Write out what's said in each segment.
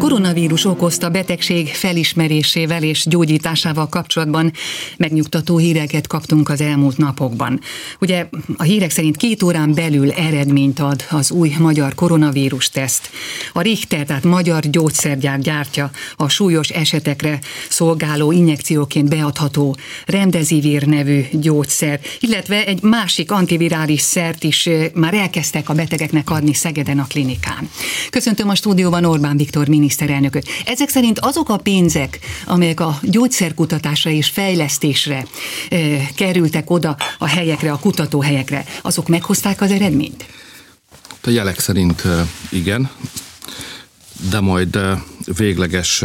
koronavírus okozta betegség felismerésével és gyógyításával kapcsolatban megnyugtató híreket kaptunk az elmúlt napokban. Ugye a hírek szerint 2 órán belül eredményt ad az új magyar koronavírus teszt. A Richter, tehát Magyar Gyógyszergyár gyártja a súlyos esetekre szolgáló injekcióként beadható Remdesivir nevű gyógyszer, illetve egy másik antivirális szert is már elkezdtek a betegeknek adni Szegeden a klinikán. Köszöntöm a stúdióban Orbán Viktor miniszterelnököt. Ezek szerint azok a pénzek, amelyek a gyógyszerkutatásra és fejlesztésre kerültek oda a helyekre, a kutatóhelyekre, azok meghozták az eredményt? A jelek szerint igen, de majd végleges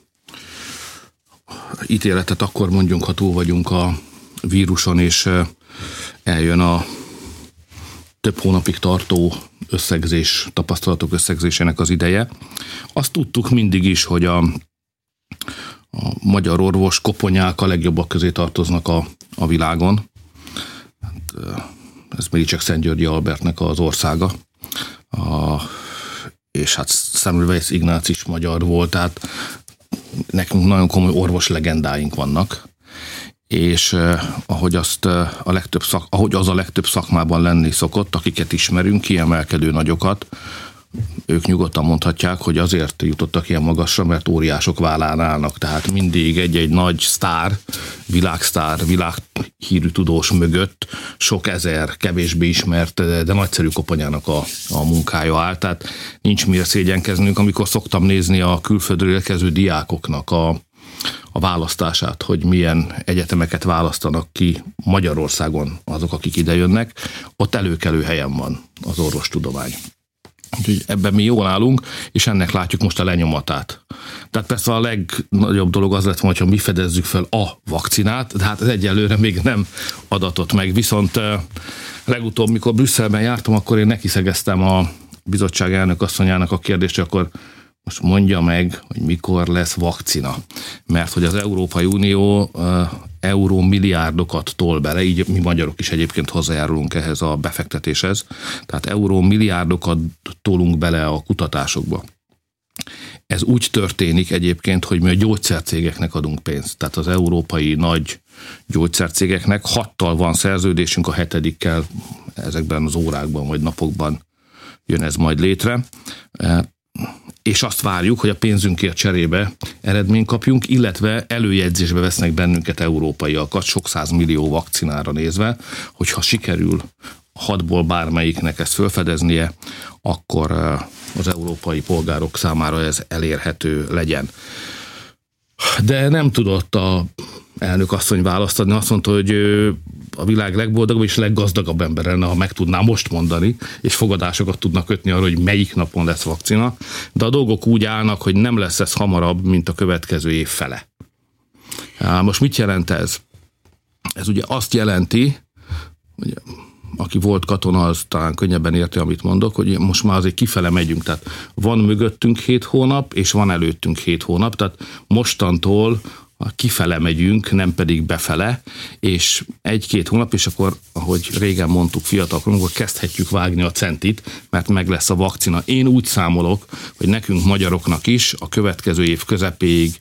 ítéletet akkor mondjunk, ha túl vagyunk a víruson, és eljön a több hónapig tartó tapasztalatok összegzésének az ideje. Azt tudtuk mindig is, hogy a magyar orvos koponyák a legjobbak közé tartoznak a világon. Ez még csak Szent-Györgyi Albertnek az országa. És hát Semmelweis Ignác is magyar volt, tehát nekünk nagyon komoly orvos legendáink vannak. És ahogy az a legtöbb szakmában lenni szokott, akiket ismerünk, kiemelkedő nagyokat, ők nyugodtan mondhatják, hogy azért jutottak ilyen magasra, mert óriások vállán állnak. Tehát mindig egy nagy sztár, világhírű tudós mögött sok ezer kevésbé ismert, de nagyszerű koponyának a munkája áll. Tehát nincs miért szégyenkeznünk, amikor szoktam nézni a külföldről érkező diákoknak a választását, hogy milyen egyetemeket választanak ki Magyarországon azok, akik idejönnek, ott előkelő helyen van az orvostudomány. Úgyhogy ebben mi jól állunk, és ennek látjuk most a lenyomatát. Tehát persze a legnagyobb dolog az lett volna, hogyha mi fedezzük fel a vakcinát, de hát ez egyelőre még nem adatott meg. Viszont legutóbb, mikor Brüsszelben jártam, akkor én nekiszegeztem a bizottság elnök asszonyának a kérdést, hogy akkor most mondja meg, hogy mikor lesz vakcina. Mert hogy az Európai Unió eurómilliárdokat tol bele, így mi magyarok is egyébként hozzájárulunk ehhez a befektetéshez, tehát eurómilliárdokat tolunk bele a kutatásokba. Ez úgy történik egyébként, hogy mi a gyógyszercégeknek adunk pénzt. Tehát az európai nagy gyógyszercégeknek 6-tal van szerződésünk, a 7-kel ezekben az órákban vagy napokban jön ez majd létre. És azt várjuk, hogy a pénzünkért cserébe eredményt kapjunk, illetve előjegyzésbe vesznek bennünket európaiakat, sok 100 millió vakcinára nézve, hogyha sikerül 6-ból bármelyiknek ezt felfedeznie, akkor az európai polgárok számára ez elérhető legyen. De nem tudott a elnök asszony választ adni, azt mondta, hogy a világ legboldogabb és leggazdagabb ember lenne, ha meg tudná most mondani, és fogadásokat tudnak kötni arra, hogy melyik napon lesz vakcina, de a dolgok úgy állnak, hogy nem lesz ez hamarabb, mint a következő év fele. Most mit jelent ez? Ez ugye azt jelenti, hogy aki volt katona, az talán könnyebben érti, amit mondok, hogy most már azért kifele megyünk, tehát van mögöttünk 7 hónap, és van előttünk 7 hónap, tehát mostantól kifele megyünk, nem pedig befele, és 1-2 hónap, és akkor, ahogy régen mondtuk fiatalkorunk, akkor kezdhetjük vágni a centit, mert meg lesz a vakcina. Én úgy számolok, hogy nekünk magyaroknak is a következő év közepéig,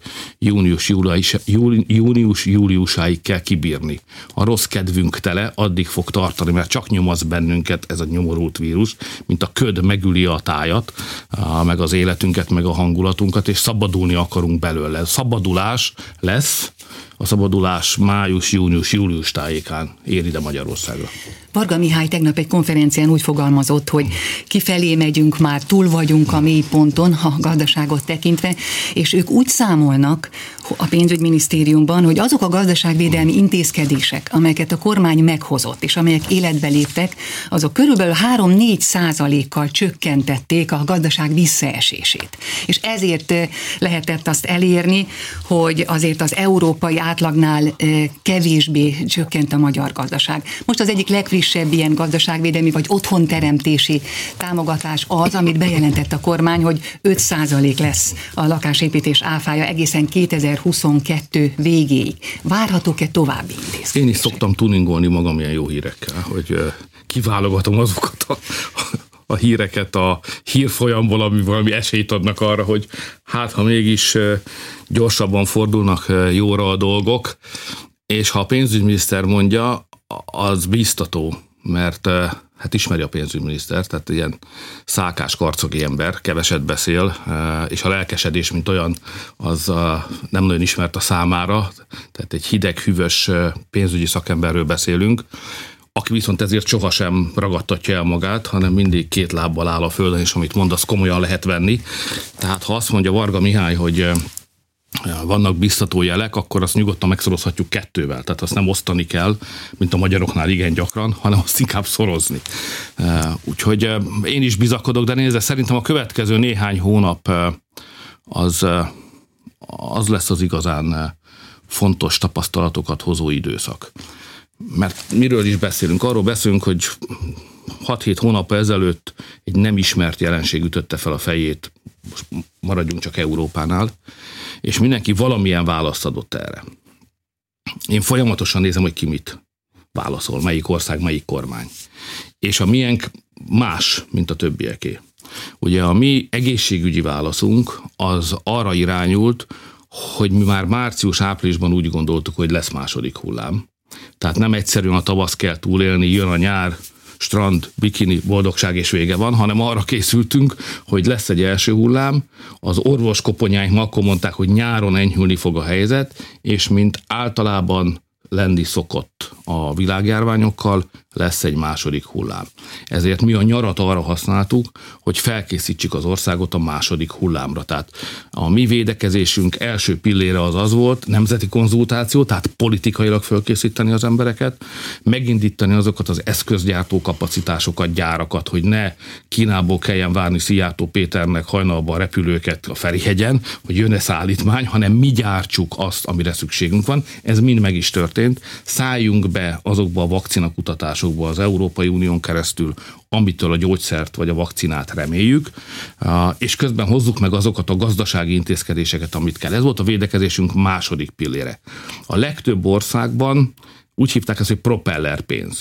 június-júliusáig kell kibírni. A rossz kedvünk tele addig fog tartani, mert csak nyomasz bennünket ez a nyomorult vírus, mint a köd megüli a tájat, meg az életünket, meg a hangulatunkat, és szabadulni akarunk belőle. Szabadulás lesz, a szabadulás május, június, július tájékán ér ide Magyarországra. Varga Mihály tegnap egy konferencián úgy fogalmazott, hogy kifelé megyünk, már túl vagyunk a mélyponton, a gazdaságot tekintve, és ők úgy számolnak a pénzügyminisztériumban, hogy azok a gazdaságvédelmi intézkedések, amelyeket a kormány meghozott, és amelyek életbe léptek, azok körülbelül 3-4% csökkentették a gazdaság visszaesését. És ezért lehetett azt elérni, hogy azért az európai átlagnál kevésbé csökkent a magyar gazdaság. Most az egyik legfrissebb ilyen gazdaságvédelmi vagy otthonteremtési támogatás az, amit bejelentett a kormány, hogy 5% lesz a lakásépítés áfája egészen 2022 végéig. Várhatók-e további intézkedések? Én is szoktam tuningolni magam ilyen jó hírekkel, hogy kiválogatom azokat a híreket a hírfolyamból, ami valami esélyt adnak arra, hogy hát ha mégis gyorsabban fordulnak jóra a dolgok, és ha a pénzügyminiszter mondja, az biztató, mert hát ismeri a pénzügyminiszter, tehát ilyen szálkás, karcogi ember, keveset beszél, és a lelkesedés, mint olyan, az nem nagyon ismert a számára, tehát egy hideg, hűvös pénzügyi szakemberről beszélünk, aki viszont ezért sohasem ragadtatja el magát, hanem mindig két lábbal áll a földön, és amit mond, azt komolyan lehet venni. Tehát ha azt mondja Varga Mihály, hogy vannak biztató jelek, akkor azt nyugodtan megszorozhatjuk 2-vel. Tehát azt nem osztani kell, mint a magyaroknál igen gyakran, hanem azt inkább szorozni. Úgyhogy én is bizakodok, de nézze, szerintem a következő néhány hónap az lesz az igazán fontos tapasztalatokat hozó időszak. Mert miről is beszélünk? Arról beszélünk, hogy 6-7 hónap ezelőtt egy nem ismert jelenség ütötte fel a fejét, most maradjunk csak Európánál, és mindenki valamilyen választ adott erre. Én folyamatosan nézem, hogy ki mit válaszol, melyik ország, melyik kormány. És a miénk más, mint a többieké. Ugye a mi egészségügyi válaszunk az arra irányult, hogy mi már március-áprilisban úgy gondoltuk, hogy lesz második hullám. Tehát nem egyszerűen a tavasz kell túlélni, jön a nyár, strand, bikini, boldogság és vége van, hanem arra készültünk, hogy lesz egy első hullám. Az orvoskoponyáink ma akkor mondták, hogy nyáron enyhülni fog a helyzet, és mint általában lenni szokott a világjárványokkal, lesz egy második hullám. Ezért mi a nyarat arra használtuk, hogy felkészítsük az országot a második hullámra. Tehát a mi védekezésünk első pillére az volt, nemzeti konzultáció, tehát politikailag felkészíteni az embereket, megindítani azokat az eszközgyártó kapacitásokat, gyárakat, hogy ne Kínából kelljen várni Szijjártó Péternek hajnalban a repülőket a Ferihegyen, hogy jön-e szállítmány, hanem mi gyártsuk azt, amire szükségünk van. Ez mind meg is történt. Szálljunk be azokba a vakcinakutatásokba az Európai Unión keresztül, amitől a gyógyszert vagy a vakcinát reméljük, és közben hozzuk meg azokat a gazdasági intézkedéseket, amit kell. Ez volt a védekezésünk második pillére. A legtöbb országban úgy hívták ezt, hogy propellerpénz.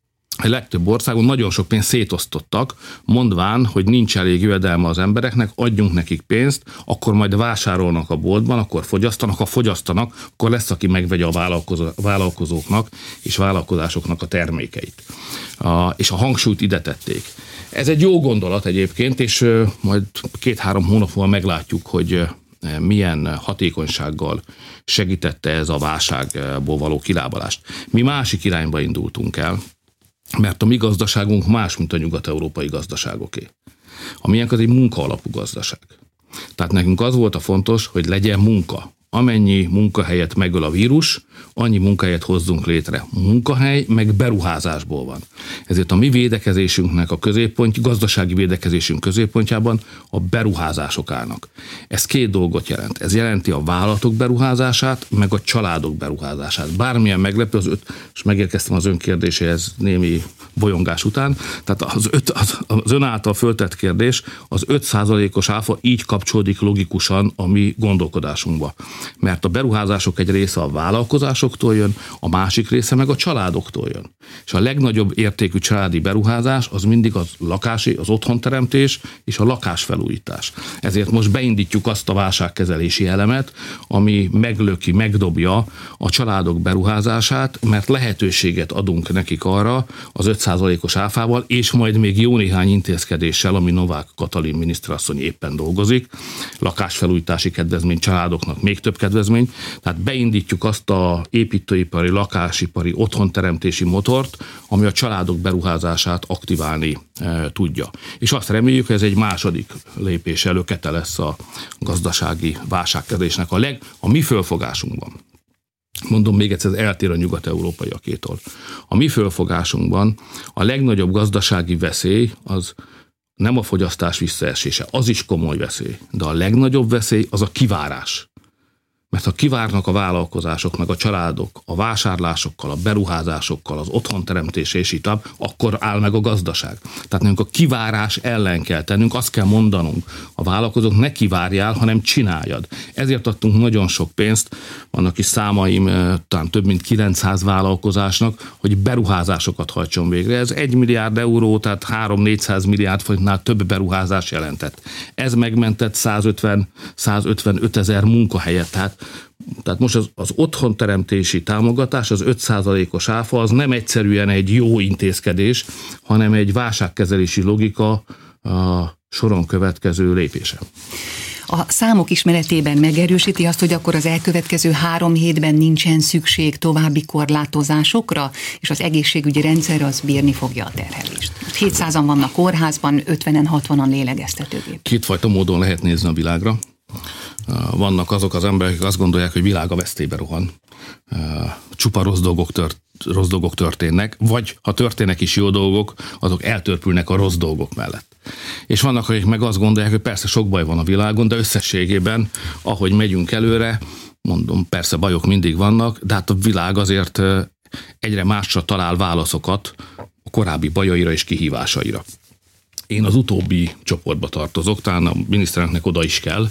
A legtöbb országon nagyon sok pénzt szétosztottak, mondván, hogy nincs elég jövedelme az embereknek, adjunk nekik pénzt, akkor majd vásárolnak a boltban, akkor fogyasztanak, ha fogyasztanak, akkor lesz, aki megvegye a vállalkozóknak és vállalkozásoknak a termékeit. És a hangsúlyt ide tették. Ez egy jó gondolat egyébként, és majd 2-3 hónap múlva meglátjuk, hogy milyen hatékonysággal segítette ez a válságból való kilábalást. Mi másik irányba indultunk el, mert a mi gazdaságunk más, mint a nyugat-európai gazdaságoké. A miénk az egy munkaalapú gazdaság. Tehát nekünk az volt a fontos, hogy legyen munka. Amennyi munkahelyet megöl a vírus, annyi munkahelyet hozzunk létre. Munkahely meg beruházásból van. Ezért a mi védekezésünknek gazdasági védekezésünk középpontjában a beruházások állnak. Ez 2 dolgot jelent. Ez jelenti a vállalatok beruházását, meg a családok beruházását. Bármilyen meglepő, és megérkeztem az ön kérdéséhez némi bolyongás után, tehát az ön által föltett kérdés, az 5%-os áfa így kapcsolódik logikusan a mi gondolkodásunkba. Mert a beruházások egy része a vállalkozásoktól jön, a másik része meg a családoktól jön. És a legnagyobb értékű családi beruházás az mindig az lakási, az otthonteremtés és a lakásfelújítás. Ezért most beindítjuk azt a válságkezelési elemet, ami meglöki, megdobja a családok beruházását, mert lehetőséget adunk nekik arra az 5%-os áfával, és majd még jó néhány intézkedéssel, ami Novák Katalin miniszterasszony éppen dolgozik, lakásfelújítási kedvezmény családoknak még több kedvezmény, tehát beindítjuk azt a építőipari, lakásipari, otthonteremtési motort, ami a családok beruházását aktiválni tudja. És azt reméljük, hogy ez egy második lépés előkete lesz a gazdasági válságkezelésnek a mi fölfogásunkban. Mondom még egyszer, ez eltér a nyugat-európaiakétól. A mi fölfogásunkban a legnagyobb gazdasági veszély az nem a fogyasztás visszaesése, az is komoly veszély, de a legnagyobb veszély az a kivárás. Mert ha kivárnak a vállalkozások, meg a családok a vásárlásokkal, a beruházásokkal, az otthonteremtése és így tovább, akkor áll meg a gazdaság. Tehát nekünk a kivárás ellen kell tennünk, azt kell mondanunk a vállalkozók, ne kivárjál, hanem csináljad. Ezért adtunk nagyon sok pénzt, vannak is számaim, talán több mint 900 vállalkozásnak, hogy beruházásokat hajtson végre. Ez 1 milliárd euró, tehát 3-400 milliárd forintnál több beruházás jelentett. Ez megmentett 155 ezer munkahelyet, tehát most az otthonteremtési támogatás, az 5%-os áfa, az nem egyszerűen egy jó intézkedés, hanem egy válságkezelési logika a soron következő lépése. A számok ismeretében megerősíti azt, hogy akkor az elkövetkező 3 hétben nincsen szükség további korlátozásokra, és az egészségügyi rendszer az bírni fogja a terhelést. 700-an vannak kórházban, 50-en, 60-an lélegeztetőgépen. Kétfajta módon lehet nézni a világra. Vannak azok az emberek, akik azt gondolják, hogy világ a vesztébe rohan. Csupa rossz dolgok történnek, vagy ha történnek is jó dolgok, azok eltörpülnek a rossz dolgok mellett. És vannak, akik meg azt gondolják, hogy persze sok baj van a világon, de összességében, ahogy megyünk előre, mondom, persze bajok mindig vannak, de hát a világ azért egyre másra talál válaszokat a korábbi bajaira és kihívásaira. Én az utóbbi csoportba tartozok, talán a miniszterelnöknek oda is kell,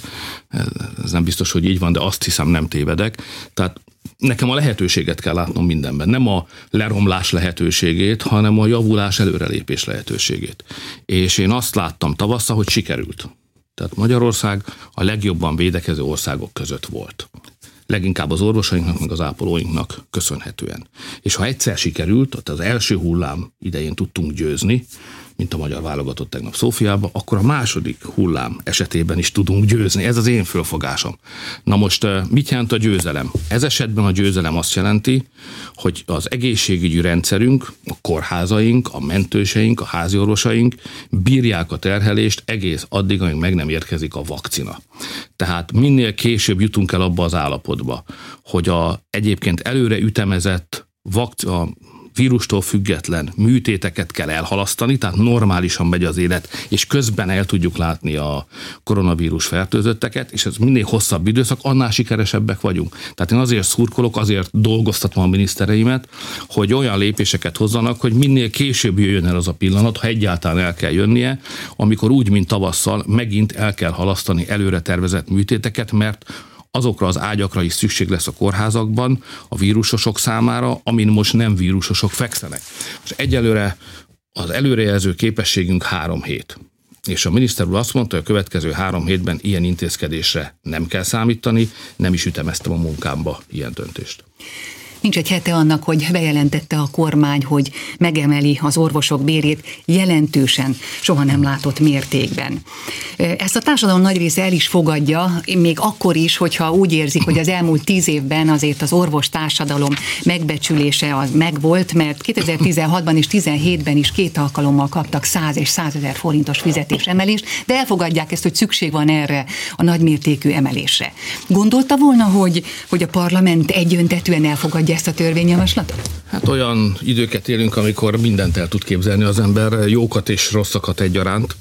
ez nem biztos, hogy így van, de azt hiszem nem tévedek. Tehát nekem a lehetőséget kell látnom mindenben, nem a leromlás lehetőségét, hanem a javulás, előrelépés lehetőségét. És én azt láttam tavasszal, hogy sikerült. Tehát Magyarország a legjobban védekező országok között volt. Leginkább az orvosainknak, meg az ápolóinknak köszönhetően. És ha egyszer sikerült, tehát az első hullám idején tudtunk győzni, mint a magyar válogatott tegnap Szófiában, akkor a második hullám esetében is tudunk győzni. Ez az én fölfogásom. Na most mit jelent a győzelem? Ez esetben a győzelem azt jelenti, hogy az egészségügyi rendszerünk, a kórházaink, a mentőseink, a háziorvosaink bírják a terhelést egész addig, amíg meg nem érkezik a vakcina. Tehát minél később jutunk el abba az állapotba, hogy a egyébként előre ütemezett a vírustól független műtéteket kell elhalasztani, tehát normálisan megy az élet, és közben el tudjuk látni a koronavírus fertőzötteket, és ez minél hosszabb időszak, annál sikeresebbek vagyunk. Tehát én azért szurkolok, azért dolgoztatom a minisztereimet, hogy olyan lépéseket hozzanak, hogy minél később jöjjön el az a pillanat, ha egyáltalán el kell jönnie, amikor úgy, mint tavasszal, megint el kell halasztani előre tervezett műtéteket, mert azokra az ágyakra is szükség lesz a kórházakban a vírusosok számára, amin most nem vírusosok fekszenek. És egyelőre az előrejelző képességünk 3 hét. És a miniszter úr azt mondta, hogy a következő 3 hétben ilyen intézkedésre nem kell számítani, nem is ütemeztem a munkámba ilyen döntést. Nincs egy hete annak, hogy bejelentette a kormány, hogy megemeli az orvosok bérét jelentősen, soha nem látott mértékben. Ezt a társadalom nagy része el is fogadja, még akkor is, hogyha úgy érzik, hogy az elmúlt 10 évben azért az orvos társadalom megbecsülése az megvolt, mert 2016-ban és 2017-ben is 2 alkalommal kaptak 100 és 100 000 forintos fizetésemelést, de elfogadják ezt, hogy szükség van erre a nagymértékű emelésre. Gondolta volna, hogy a parlament egyöntetűen elfogadja ezt a törvényjavaslatot? Hát olyan időket élünk, amikor mindent el tud képzelni az ember, jókat és rosszakat egyaránt,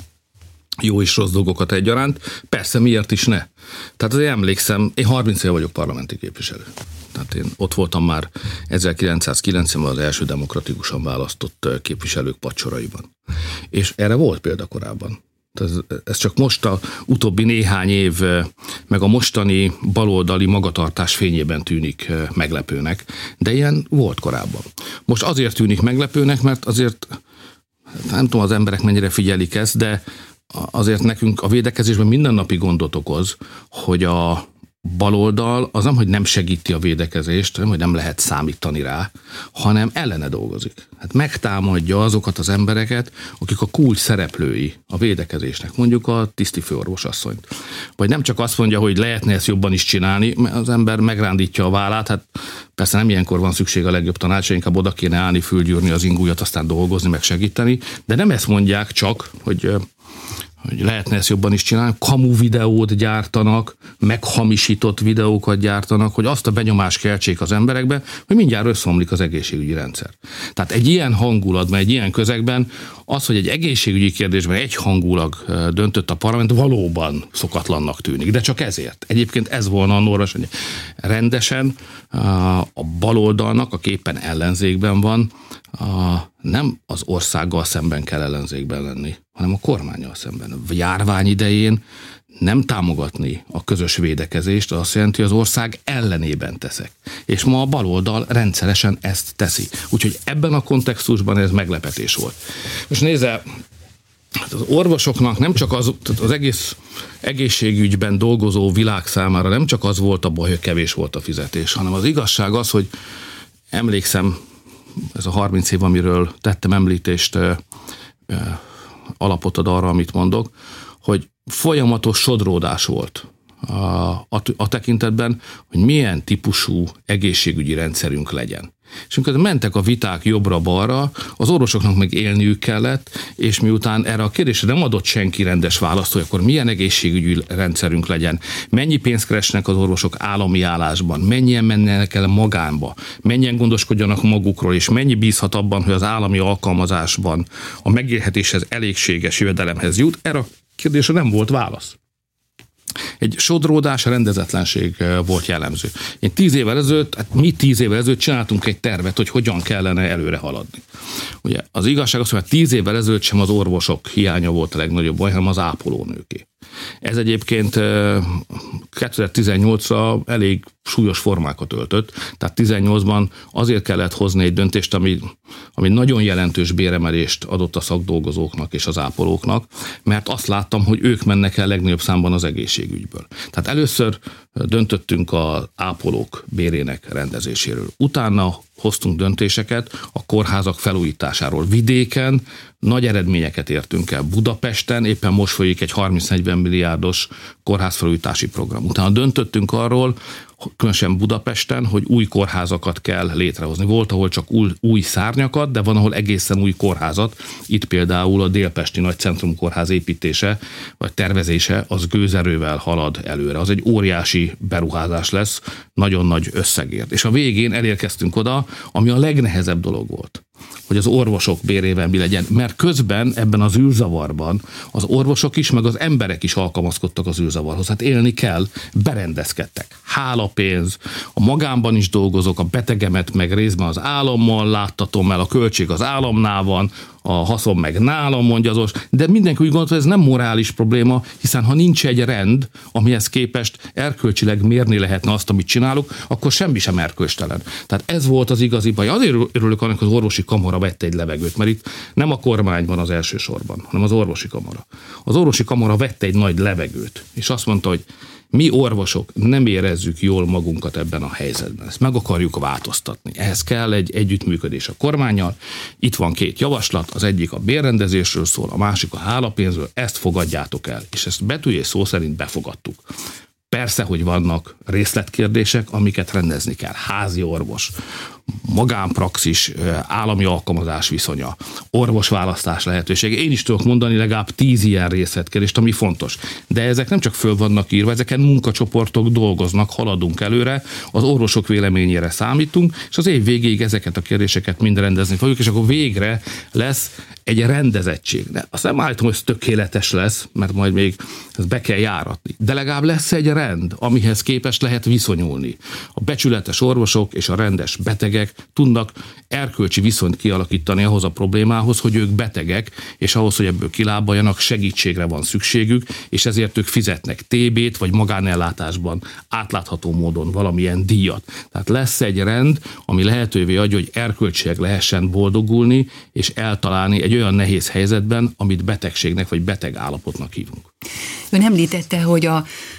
jó és rossz dolgokat egyaránt. Persze, miért is ne? Tehát azért emlékszem, én 30 éve vagyok parlamenti képviselő. Tehát én ott voltam már 1990-ben az első demokratikusan választott képviselők padsoraiban. És erre volt példa korábban. Ez csak most a utóbbi néhány év, meg a mostani baloldali magatartás fényében tűnik meglepőnek, de ilyen volt korábban. Most azért tűnik meglepőnek, mert azért, nem tudom az emberek mennyire figyelik ezt, de azért nekünk a védekezésben mindennapi gondot okoz, hogy a baloldal az nem, hogy nem segíti a védekezést, nem, hogy nem lehet számítani rá, hanem ellene dolgozik. Hát megtámadja azokat az embereket, akik a kulcs szereplői a védekezésnek, mondjuk a tisztifőorvosasszonyt. Vagy nem csak azt mondja, hogy lehetne ezt jobban is csinálni, mert az ember megrándítja a vállát, hát persze nem ilyenkor van szükség a legjobb tanácsra, inkább oda kéne állni, fülgyűrni az ingújat, aztán dolgozni, meg segíteni, de nem ezt mondják csak, hogy hogy lehetne ezt jobban is csinálni, kamu videót gyártanak, meghamisított videókat gyártanak, hogy azt a benyomást keltsék az emberekbe, hogy mindjárt összeomlik az egészségügyi rendszer. Tehát egy ilyen hangulatban, egy ilyen közegben az, hogy egy egészségügyi kérdésben egyhangulag döntött a parlament, valóban szokatlannak tűnik, de csak ezért. Egyébként ez volna a normális. Rendesen a baloldalnak, aki éppen ellenzékben van, nem az országgal szemben kell ellenzékben lenni, hanem a kormánnyal szemben. A járvány idején nem támogatni a közös védekezést, azt jelenti, hogy az ország ellenében teszek. És ma a baloldal rendszeresen ezt teszi. Úgyhogy ebben a kontextusban ez meglepetés volt. Most nézze, az orvosoknak nem csak az egész egészségügyben dolgozó világ számára nem csak az volt a baj, hogy kevés volt a fizetés, hanem az igazság az, hogy emlékszem, ez a 30 év, amiről tettem említést, alapot ad arra, amit mondok, hogy folyamatos sodródás volt a tekintetben, hogy milyen típusú egészségügyi rendszerünk legyen. És amikor mentek a viták jobbra-balra, az orvosoknak meg élniük kellett, és miután erre a kérdésre nem adott senki rendes választ, hogy akkor milyen egészségügyi rendszerünk legyen, mennyi pénzt keresnek az orvosok állami állásban, mennyien mennek el magánba, mennyien gondoskodjanak magukról, és mennyi bízhat abban, hogy az állami alkalmazásban a megélhetéshez elégséges jövedelemhez jut, erre a kérdésre nem volt válasz. Egy sodródás, rendezetlenség volt jellemző. Mi 10 évvel ezelőtt csináltunk egy tervet, hogy hogyan kellene előre haladni. Ugye az igazság az, hogy 10 évvel ezelőtt sem az orvosok hiánya volt a legnagyobb baj, hanem az ápolónőké. Ez egyébként 2018-ra elég súlyos formákat öltött, tehát 18-ban azért kellett hozni egy döntést, ami nagyon jelentős béremelést adott a szakdolgozóknak és az ápolóknak, mert azt láttam, hogy ők mennek el legnagyobb számban az egészségügyből. Tehát először döntöttünk az ápolók bérének rendezéséről. Utána hoztunk döntéseket a kórházak felújításáról. Vidéken nagy eredményeket értünk el. Budapesten éppen most folyik egy 30-40 milliárdos kórházfelújítási program. Utána döntöttünk arról, különösen Budapesten, hogy új kórházakat kell létrehozni. Volt, ahol csak új szárnyakat, de van, ahol egészen új kórházat. Itt például a Délpesti Nagycentrum Kórház építése, vagy tervezése, az gőzerővel halad előre. Az egy óriási beruházás lesz, nagyon nagy összegért. És a végén elérkeztünk oda, ami a legnehezebb dolog volt, hogy az orvosok bérével mi legyen, mert közben ebben az űrzavarban az orvosok is, meg az emberek is alkalmazkodtak az űrzavarhoz. Hát élni kell, berendezkedtek. Hálapénz, a magánban is dolgozok, a betegemet meg részben az állammal láttatom el, a költség az államnál van, a haszon meg nálam, mondja az orvos, de mindenki úgy gondolta, hogy ez nem morális probléma, hiszen ha nincs egy rend, amihez képest erkölcsileg mérni lehetne azt, amit csinálok, akkor semmi sem erkölcstelen. Tehát ez volt az igazi baj. Azért örülök annak, hogy az orvosi kamara vette egy levegőt, mert itt nem a kormány van az elsősorban, hanem az orvosi kamara. Az orvosi kamara vette egy nagy levegőt, és azt mondta, hogy mi orvosok nem érezzük jól magunkat ebben a helyzetben. Ezt meg akarjuk változtatni. Ehhez kell egy együttműködés a kormánnyal. Itt van 2 javaslat, az egyik a bérrendezésről szól, a másik a hálapénzről, ezt fogadjátok el. És ezt betű és szó szerint befogadtuk. Persze, hogy vannak részletkérdések, amiket rendezni kell. Házi orvos, magánpraxis, állami alkalmazás viszonya, orvosválasztás lehetősége. Én is tudok mondani legalább 10 ilyen részletkérdést, ami fontos. De ezek nem csak föl vannak írva, ezeken munkacsoportok dolgoznak, haladunk előre, az orvosok véleményére számítunk, és az év végéig ezeket a kérdéseket mind rendezni fogjuk, és akkor végre lesz egy rendezettség. De azt nem állítom, hogy ez tökéletes lesz, mert majd még ezt be kell járatni. De legalább lesz egy rend, amihez képest lehet viszonyulni. A becsületes orvosok és a rendes betegek tudnak erkölcsi viszonyt kialakítani ahhoz a problémához, hogy ők betegek, és ahhoz, hogy ebből kilábaljanak, segítségre van szükségük, és ezért ők fizetnek TB-t, vagy magánellátásban átlátható módon valamilyen díjat. Tehát lesz egy rend, ami lehetővé adja, hogy erkölcsileg lehessen boldogulni, és eltalálni egy olyan nehéz helyzetben, amit betegségnek vagy beteg állapotnak hívunk. Ön említette, hogy a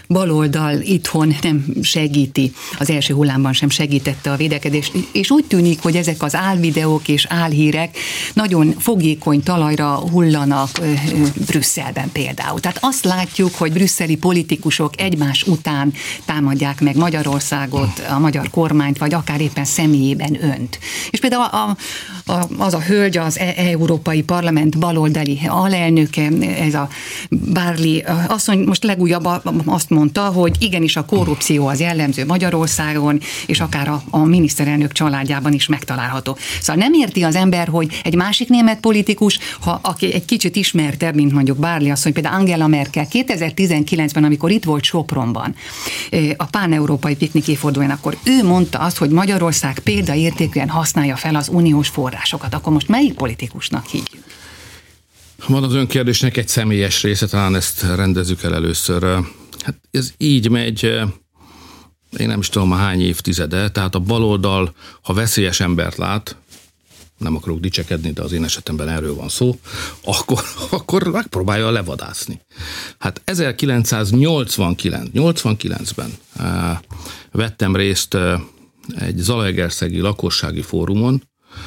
baloldal itthon nem segíti, az első hullámban sem segítette a védekezést, és úgy tűnik, hogy ezek az álvideók és álhírek nagyon fogékony talajra hullanak Brüsszelben például. Tehát azt látjuk, hogy brüsszeli politikusok egymás után támadják meg Magyarországot, a magyar kormányt, vagy akár éppen személyében önt. És például az a hölgy, az Európai Parlament baloldali alelnöke, ez a Barley asszony most legújabb azt mondta, hogy igenis a korrupció az jellemző Magyarországon, és akár a miniszterelnök családjában is megtalálható. Szóval nem érti az ember, hogy egy másik német politikus, aki egy kicsit ismertebb, mint mondjuk Barley asszony, például Angela Merkel 2019-ben, amikor itt volt Sopronban, a pán-európai piknik évfordulóján, akkor ő mondta azt, hogy Magyarország példaértékűen használja fel az uniós forrásokat. Akkor most melyik politikusnak higgyük? Van az önkérdésnek egy személyes része, talán ezt rendezzük el először. Hát ez így megy, én nem is tudom hány évtizede, tehát a baloldal, ha veszélyes embert lát, nem akarok dicsekedni, de az én esetemben erről van szó, akkor megpróbálja levadászni. Hát 1989-ben vettem részt egy zalaegerszegi lakossági fórumon,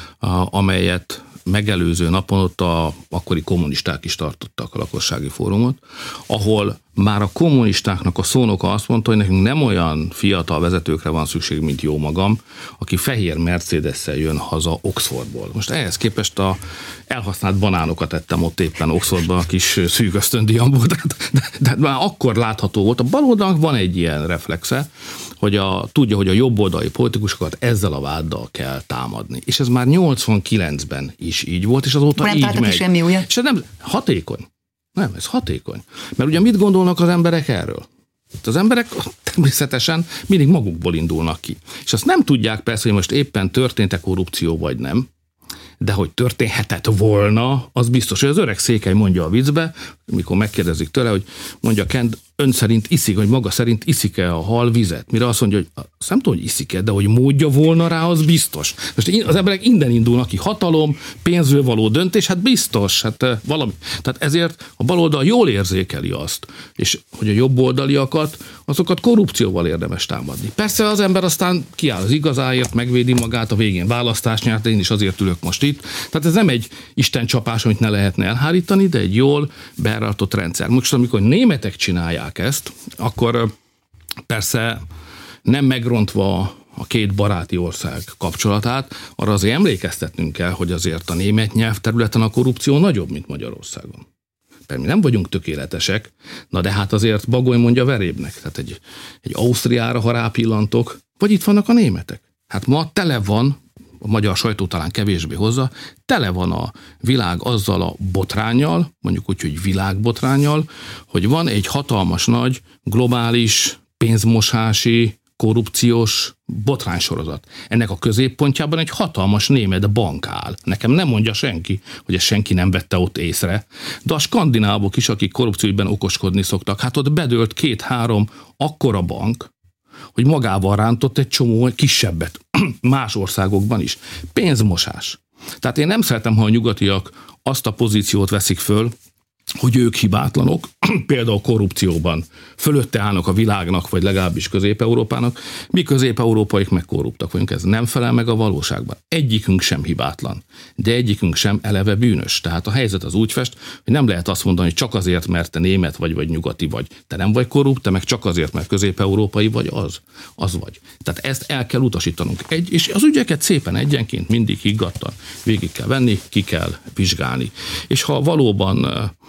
amelyet megelőző napon ott akkori kommunisták is tartottak a lakossági fórumot, ahol már a kommunistáknak a szónoka azt mondta, hogy nekünk nem olyan fiatal vezetőkre van szükség, mint jó magam, aki fehér Mercedes-szel jön haza Oxfordból. Most ehhez képest elhasznált banánokat ettem ott éppen Oxfordban, a kis szűk ösztöndíjamból, de már akkor látható volt. A baloldalnak van egy ilyen reflexe, hogy tudja, hogy a jobboldali politikusokat ezzel a váddal kell támadni. És ez már 89-ben is így volt, és azóta nem így megy. Semmi újat? És ez nem hatékony. Nem, ez hatékony. Mert ugye mit gondolnak az emberek erről? Az emberek természetesen mindig magukból indulnak ki. És azt nem tudják persze, hogy most éppen történt-e korrupció vagy nem, de hogy történhetett volna, az biztos, hogy az öreg székely mondja a viccbe, mikor megkérdezik tőle, hogy mondja Kent, ön szerint iszik, vagy maga szerint iszik-e a hal vizet? Mire azt mondja, hogy azt nem tudom, hogy iszik-e, de hogy módja volna rá, az biztos. Most az emberek innen indulnak ki, hatalom, pénzről való döntés, hát biztos, hát valami. Tehát ezért a baloldal jól érzékeli azt, és hogy a jobboldaliakat, azokat korrupcióval érdemes támadni. Persze az ember aztán kiáll az igazáért, megvédi magát, a végén választást nyert, én is azért ülök most itt. Tehát ez nem egy istencsapás, amit ne lehetne elhárítani, de egy jól beállított rendszer. Most amikor németek csinálják ezt, akkor persze nem megrontva a két baráti ország kapcsolatát, arra azért emlékeztetnünk kell, hogy azért a német nyelvterületen a korrupció nagyobb, mint Magyarországon. Persze mi nem vagyunk tökéletesek, na de hát azért Bagoly mondja verébnek. Tehát egy Ausztriára, ha rápillantok, vagy itt vannak a németek. Hát ma tele van, a magyar sajtó talán kevésbé hozza, tele van a világ azzal a botránnyal, mondjuk úgy, hogy világbotránnyal, hogy van egy hatalmas nagy, globális, pénzmosási, korrupciós botránysorozat. Ennek a középpontjában egy hatalmas német bank áll. Nekem nem mondja senki, hogy ezt senki nem vette ott észre, de a skandinávok is, akik korrupcióban okoskodni szoktak, hát ott bedőlt 2-3 akkora bank, hogy magával rántott egy csomó kisebbet, más országokban is. Pénzmosás. Tehát én nem szeretem, ha a nyugatiak azt a pozíciót veszik föl, hogy ők hibátlanok, például korrupcióban fölötte állnak a világnak, vagy legalábbis Közép-Európának, mi közép-európaik meg korruptak vagyunk, ez nem felel meg a valóságban. Egyikünk sem hibátlan, de egyikünk sem eleve bűnös. Tehát a helyzet az úgy fest, hogy nem lehet azt mondani, hogy csak azért, mert te német vagy nyugati vagy, te nem vagy korrupt, te meg csak azért, mert közép-európai vagy, az vagy. Tehát ezt el kell utasítanunk. És az ügyeket szépen egyenként mindig higgadtan végig kell venni, ki kell vizsgálni. És ha valóban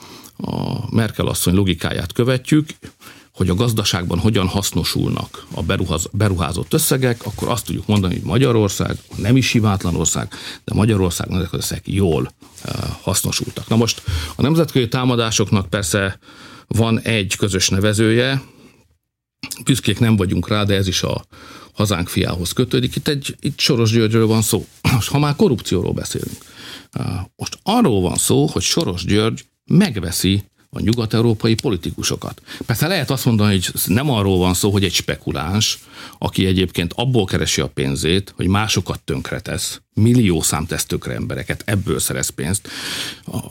a Merkel asszony logikáját követjük, hogy a gazdaságban hogyan hasznosulnak a beruházott összegek, akkor azt tudjuk mondani, hogy Magyarország nem is hibátlan ország, de Magyarországon ezek az összegek jól hasznosultak. Na most a nemzetközi támadásoknak persze van egy közös nevezője, büszkék nem vagyunk rá, de ez is a hazánk fiához kötődik. Itt Soros Györgyről van szó. Most, ha már korrupcióról beszélünk. Most arról van szó, hogy Soros György megveszi a nyugat-európai politikusokat. Persze lehet azt mondani, hogy nem arról van szó, hogy egy spekuláns, aki egyébként abból keresi a pénzét, hogy másokat tönkretesz, milliószám tesz tönkre embereket, ebből szerez pénzt.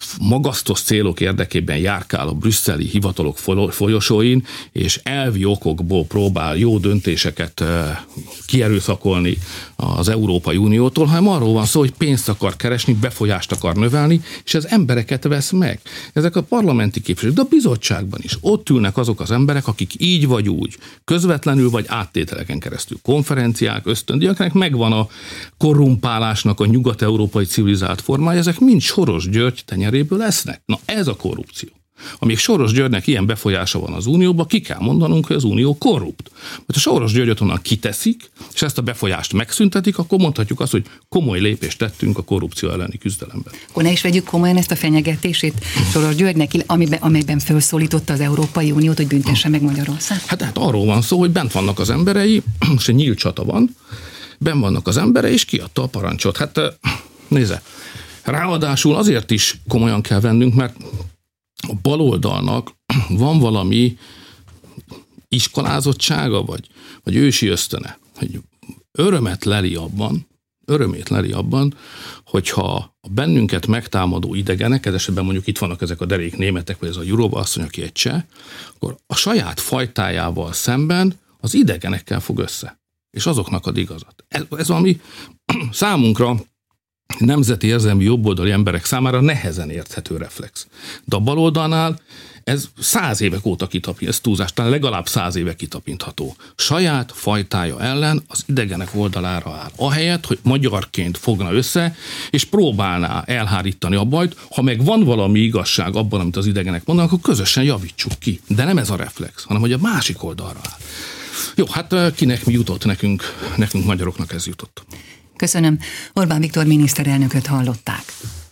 magasztos célok érdekében járkál a brüsszeli hivatalok folyosóin, és elvi okokból próbál jó döntéseket kierőszakolni az Európai Uniótól, hanem arról van szó, hogy pénzt akar keresni, befolyást akar növelni, és ez embereket vesz meg. Ezek a parlamenti képviselők, de a bizottságban is. Ott ülnek azok az emberek, akik így vagy úgy, közvetlenül vagy áttételeken keresztül, konferenciák, ösztöndíjaknak megvan a korrumpálásnak a nyugat-európai civilizált formája, ezek mind Soros György tenyeréből lesznek. Na ez a korrupció. Amíg Soros Györgynek ilyen befolyása van az Unióban, ki kell mondanunk, hogy az Unió korrupt. Mert ha Soros Györgyöt onnan kiteszik, és ezt a befolyást megszüntetik, akkor mondhatjuk azt, hogy komoly lépést tettünk a korrupció elleni küzdelemben. Akkor ne is vegyük komolyan ezt a fenyegetését Soros Györgynek, amelyben felszólította az Európai Uniót, hogy büntesse meg Magyarország. Hát arról van szó, hogy bent vannak az emberei, és egy nyílt csata van, benn vannak az emberei, és kiadta a parancsot. Hát nézze, ráadásul azért is komolyan kell vennünk, mert a baloldalnak van valami iskolázottsága, vagy ősi ösztöne, hogy örömét leli abban, hogyha a bennünket megtámadó idegenek, ez esetben mondjuk itt vannak ezek a derék németek, vagy ez a Jurova asszony, aki egy cseh, akkor a saját fajtájával szemben az idegenekkel fog össze, és azoknak ad igazat. Ez valami számunkra nemzeti érzelmi jobboldali emberek számára nehezen érthető reflex. De a baloldalnál ez 100 évek óta kitapint, ez túlzás, talán legalább 100 éve kitapintható. Saját fajtája ellen az idegenek oldalára áll. Ahelyett, hogy magyarként fogna össze, és próbálná elhárítani a bajt, ha meg van valami igazság abban, amit az idegenek mondanak, akkor közösen javítsuk ki. De nem ez a reflex, hanem hogy a másik oldalra áll. Jó, hát kinek mi jutott, nekünk magyaroknak ez jutott. Köszönöm. Orbán Viktor miniszterelnököt hallották.